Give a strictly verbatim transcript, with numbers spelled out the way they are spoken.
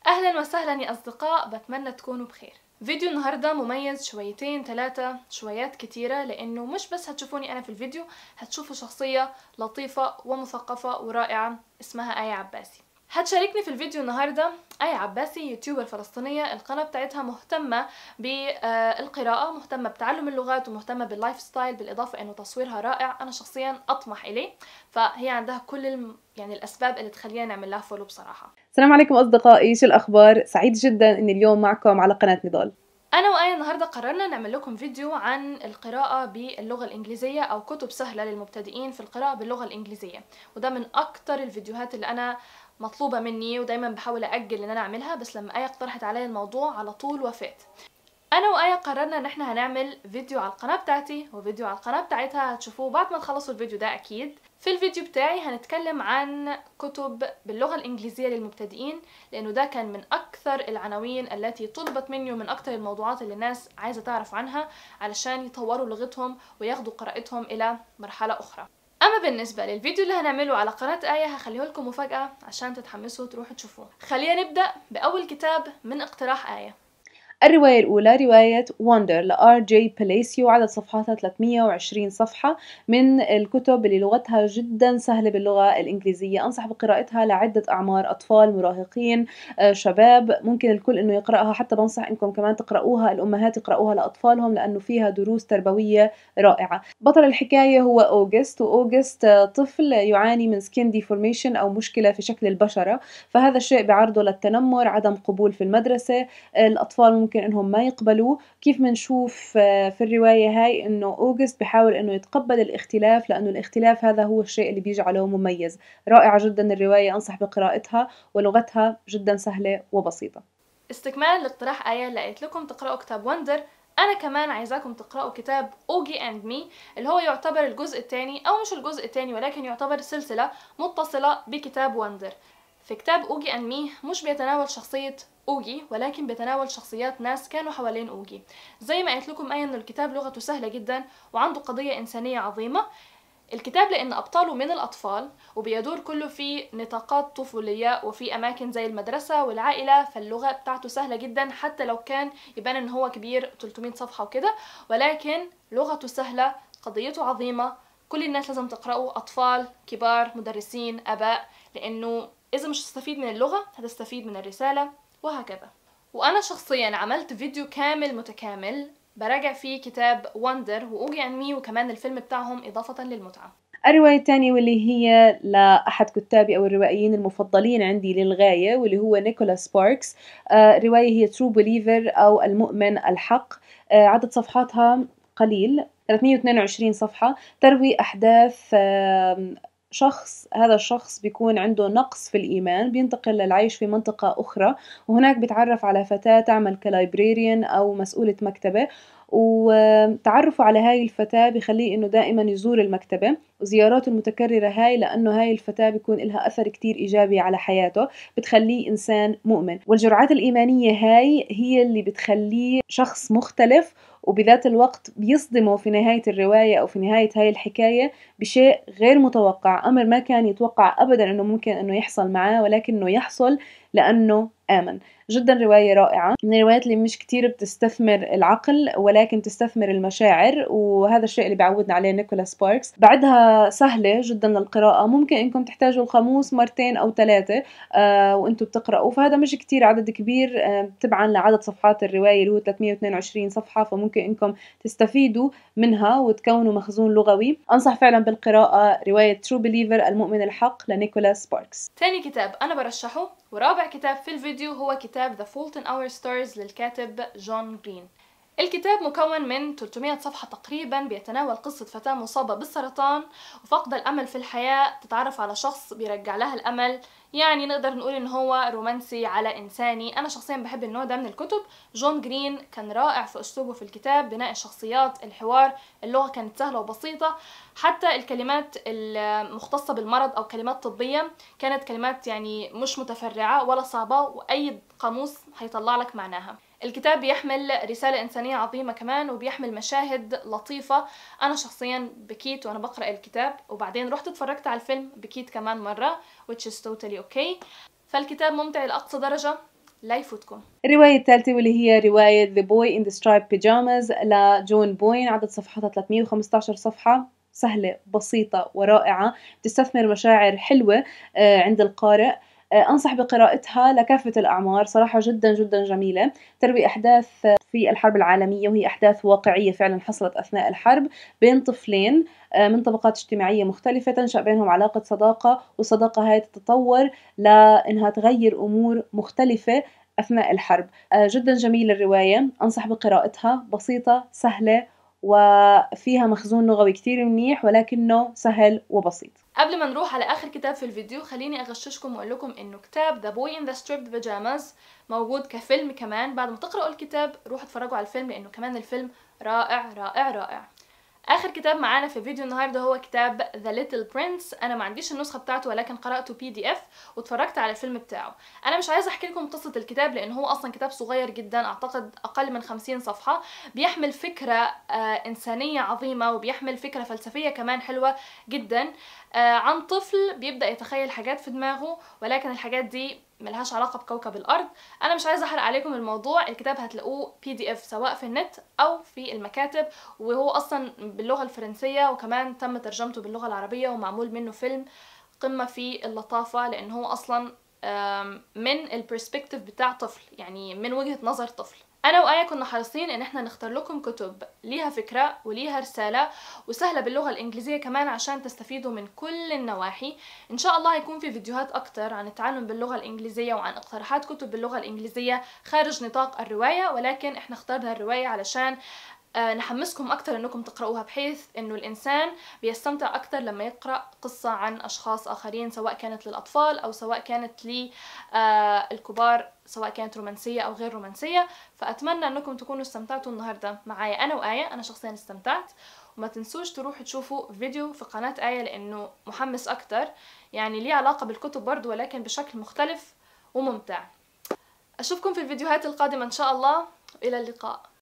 أهلا وسهلا يا أصدقاء، بتمنى تكونوا بخير. فيديو النهاردة مميز شويتين ثلاثة شويات كتيرة، لأنه مش بس هتشوفوني أنا في الفيديو، هتشوفوا شخصية لطيفة ومثقفة ورائعة اسمها آية عباسي. هتشاركني في الفيديو النهاردة آية عباسي، يوتيوبر فلسطينية. القناة بتاعتها مهتمة بالقراءة، مهتمة بتعلم اللغات، ومهتمة باللايف ستايل، بالإضافة إنه تصويرها رائع. أنا شخصيا أطمح إليه، فهي عندها كل الم... يعني الأسباب اللي تخلينا نعمل لها فولو بصراحة. السلام عليكم أصدقائي، شو الأخبار؟ سعيد جدا إني اليوم معكم على قناة نضال. أنا وآية النهاردة قررنا نعمل لكم فيديو عن القراءة باللغة الإنجليزية، أو كتب سهلة للمبتدئين في القراءة باللغة الإنجليزية. وده من أكتر الفيديوهات اللي أنا مطلوبة مني، ودايما بحاول أجل إن أنا أعملها، بس لما آية اقترحت علي الموضوع على طول وافقت. انا وآية قررنا ان احنا هنعمل فيديو على القناة بتاعتي وفيديو على القناة بتاعتها، هتشوفوه بعد ما تخلصوا الفيديو ده اكيد. في الفيديو بتاعي هنتكلم عن كتب باللغة الانجليزية للمبتدئين، لانه ده كان من اكثر العناوين التي طلبت مني، ومن اكثر الموضوعات اللي الناس عايزة تعرف عنها علشان يطوروا لغتهم وياخدوا قراءتهم الى مرحلة اخرى. اما بالنسبة للفيديو اللي هنعمله على قناة آية هخليه لكم مفاجأة عشان تتحمسوا تروحوا تشوفوه. خلينا نبدأ باول كتاب من اقتراح آية. الرواية الأولى رواية وندر لآر جي بليسيو، عدد صفحاتها ثلاثمية وعشرين صفحة، من الكتب اللي لغتها جدا سهلة باللغة الإنجليزية. أنصح بقراءتها لعدة أعمار، أطفال، مراهقين، شباب، ممكن الكل إنه يقرأها. حتى بنصح إنكم كمان تقرأوها، الأمهات يقرأوها لأطفالهم، لأنه فيها دروس تربوية رائعة. بطل الحكاية هو أوغست، وأوغست طفل يعاني من سكين ديفورميشن أو مشكلة في شكل البشرة، فهذا الشيء بعرضه للتنمر، عدم قبول في المدرسة، الأطفال ممكن انهم ما يقبلوه. كيف منشوف في الرواية هاي انه اوغست بحاول انه يتقبل الاختلاف، لانه الاختلاف هذا هو الشيء اللي بيجعله مميز. رائعة جدا الرواية، انصح بقراءتها، ولغتها جدا سهلة وبسيطة. استكمالا لاقتراح آية اللي قالت لكم تقرأوا كتاب وندر، أنا كمان عايزاكم تقرأوا كتاب أوغي أند مي، اللي هو يعتبر الجزء الثاني، أو مش الجزء الثاني ولكن يعتبر سلسلة متصلة بكتاب وندر. في كتاب أوغي أند مي مش بيتناول شخصية أوغي، ولكن بيتناول شخصيات ناس كانوا حوالين أوغي. زي ما قلت لكم آية إنه الكتاب لغته سهلة جدا وعنده قضية إنسانية عظيمة. الكتاب لأن أبطاله من الأطفال، وبيدور كله في نطاقات طفولية وفي أماكن زي المدرسة والعائلة، فاللغة بتاعته سهلة جدا، حتى لو كان يبان إن هو كبير ثلاثمية صفحة وكده، ولكن لغته سهلة، قضيته عظيمة. كل الناس لازم تقرأه، أطفال، كبار، مدرسين، آباء، لأنه إذا مش هتستفيد من اللغة هتستفيد من الرسالة، وهكذا. وأنا شخصيا عملت فيديو كامل متكامل براجع فيه كتاب وندر وأوغي أند مي، وكمان الفيلم بتاعهم إضافة للمتعة. الرواية الثانية واللي هي لأحد كتابي أو الروائيين المفضلين عندي للغاية، واللي هو نيكولاس سباركس. آه الرواية هي ترو بليفر أو المؤمن الحق. آه عدد صفحاتها قليل، ثلاثمية واثنين وعشرين صفحة، تروي أحداث آه شخص، هذا الشخص بيكون عنده نقص في الإيمان، بينتقل للعيش في منطقة أخرى، وهناك بيتعرف على فتاة تعمل كلايبريريان أو مسؤولة مكتبة، وتعرفه على هاي الفتاة بخليه إنه دائما يزور المكتبة. وزياراته المتكررة هاي لأنه هاي الفتاة بيكون لها أثر كتير إيجابي على حياته، بتخليه إنسان مؤمن. والجرعات الإيمانية هاي هي اللي بتخليه شخص مختلف، وبذات الوقت بيصدمه في نهاية الرواية أو في نهاية هاي الحكاية بشيء غير متوقع، أمر ما كان يتوقع أبدا أنه ممكن أنه يحصل معاه، ولكنه يحصل لأنه آمن. جدا رواية رائعة، من الروايات اللي مش كتير بتستثمر العقل ولكن تستثمر المشاعر، وهذا الشيء اللي بيعودنا عليه نيكولاس سباركس. بعدها سهلة جدا للقراءة، ممكن انكم تحتاجوا القاموس مرتين او ثلاثة آه وانتم بتقرأوا، فهذا مش كتير عدد كبير آه تبعا لعدد صفحات الرواية اللي هو ثلاثمية واثنين وعشرين صفحة، فممكن انكم تستفيدوا منها وتكونوا مخزون لغوي. انصح فعلا بالقراءة رواية ترو بليفر المؤمن الحق لنيكولاس سباركس. تاني كتاب انا برشحه ورابع كتاب في الفيديو هو كتاب The Fault in Our Stars للكاتب جون جرين. الكتاب مكون من ثلاثمية صفحة تقريبا، بيتناول قصة فتاة مصابة بالسرطان وفقد الأمل في الحياة، تتعرف على شخص بيرجع لها الأمل. يعني نقدر نقول إن هو رومانسي على إنساني. أنا شخصيا بحب النوع ده من الكتب. جون جرين كان رائع في أسلوبه في الكتاب، بناء الشخصيات، الحوار، اللغة كانت سهلة وبسيطة، حتى الكلمات المختصة بالمرض أو كلمات طبية كانت كلمات يعني مش متفرعة ولا صعبة، وأي قاموس هيطلع لك معناها. الكتاب بيحمل رسالة إنسانية عظيمة كمان، وبيحمل مشاهد لطيفة. أنا شخصيا بكيت وأنا بقرأ الكتاب، وبعدين رحت اتفرجت على الفيلم بكيت كمان مرة which is totally okay. فالكتاب ممتع لأقصى درجة. لا يفوتكم. الرواية الثالثة واللي هي رواية The Boy in the Striped Pajamas لجون بوين، عدد صفحاتها ثلاثمية وخمسة عشر صفحة، سهلة بسيطة ورائعة، بتستثمر مشاعر حلوة عند القارئ. أنصح بقراءتها لكافة الأعمار، صراحة جدا جدا جميلة. تروي أحداث في الحرب العالمية، وهي أحداث واقعية فعلا حصلت أثناء الحرب بين طفلين من طبقات اجتماعية مختلفة، تنشأ بينهم علاقة صداقة، والصداقة هاي تتطور لأنها تغير أمور مختلفة أثناء الحرب. جدا جميلة الرواية، أنصح بقراءتها، بسيطة سهلة وفيها مخزون لغوي كتير منيح ولكنه سهل وبسيط. قبل ما نروح على آخر كتاب في الفيديو خليني أغششكم وأقول لكم إنه كتاب The Boy in the Striped Pajamas موجود كفيلم كمان. بعد ما تقرأوا الكتاب روحوا اتفرجوا على الفيلم لأنه كمان الفيلم رائع رائع رائع. اخر كتاب معانا في فيديو النهارده هو كتاب The Little Prince. انا ما عنديش النسخه بتاعته ولكن قراته بي دي اف واتفرجت على الفيلم بتاعه. انا مش عايزه احكي لكم قصه الكتاب لان هو اصلا كتاب صغير جدا، اعتقد اقل من خمسين صفحه، بيحمل فكره آه انسانيه عظيمه وبيحمل فكره فلسفيه كمان حلوه جدا آه عن طفل بيبدا يتخيل حاجات في دماغه ولكن الحاجات دي ملهاش علاقه بكوكب الارض. انا مش عايزه احرق عليكم الموضوع. الكتاب هتلاقوه بي دي اف سواء في النت او في المكاتب، وهو اصلا باللغه الفرنسيه وكمان تم ترجمته باللغه العربيه ومعمول منه فيلم قمه في اللطافه لان هو اصلا من البرسبكتيف بتاع طفل، يعني من وجهه نظر طفل. انا وآية كنا حريصين ان احنا نختار لكم كتب ليها فكرة وليها رسالة وسهلة باللغة الانجليزية كمان عشان تستفيدوا من كل النواحي. ان شاء الله هيكون في فيديوهات اكتر عن التعلم باللغة الانجليزية وعن اقتراحات كتب باللغة الانجليزية خارج نطاق الرواية، ولكن احنا اخترنا الرواية علشان نحمسكم أكتر أنكم تقرأوها، بحيث أنه الإنسان بيستمتع أكتر لما يقرأ قصة عن أشخاص آخرين سواء كانت للأطفال أو سواء كانت للكبار، سواء كانت رومانسية أو غير رومانسية. فأتمنى أنكم تكونوا استمتعتوا النهاردة معايا أنا وآية. أنا شخصيا استمتعت، وما تنسوش تروحوا تشوفوا فيديو في قناة آية لأنه محمس أكتر، يعني ليه علاقة بالكتب برضو ولكن بشكل مختلف وممتع. أشوفكم في الفيديوهات القادمة إن شاء الله، إلى اللقاء.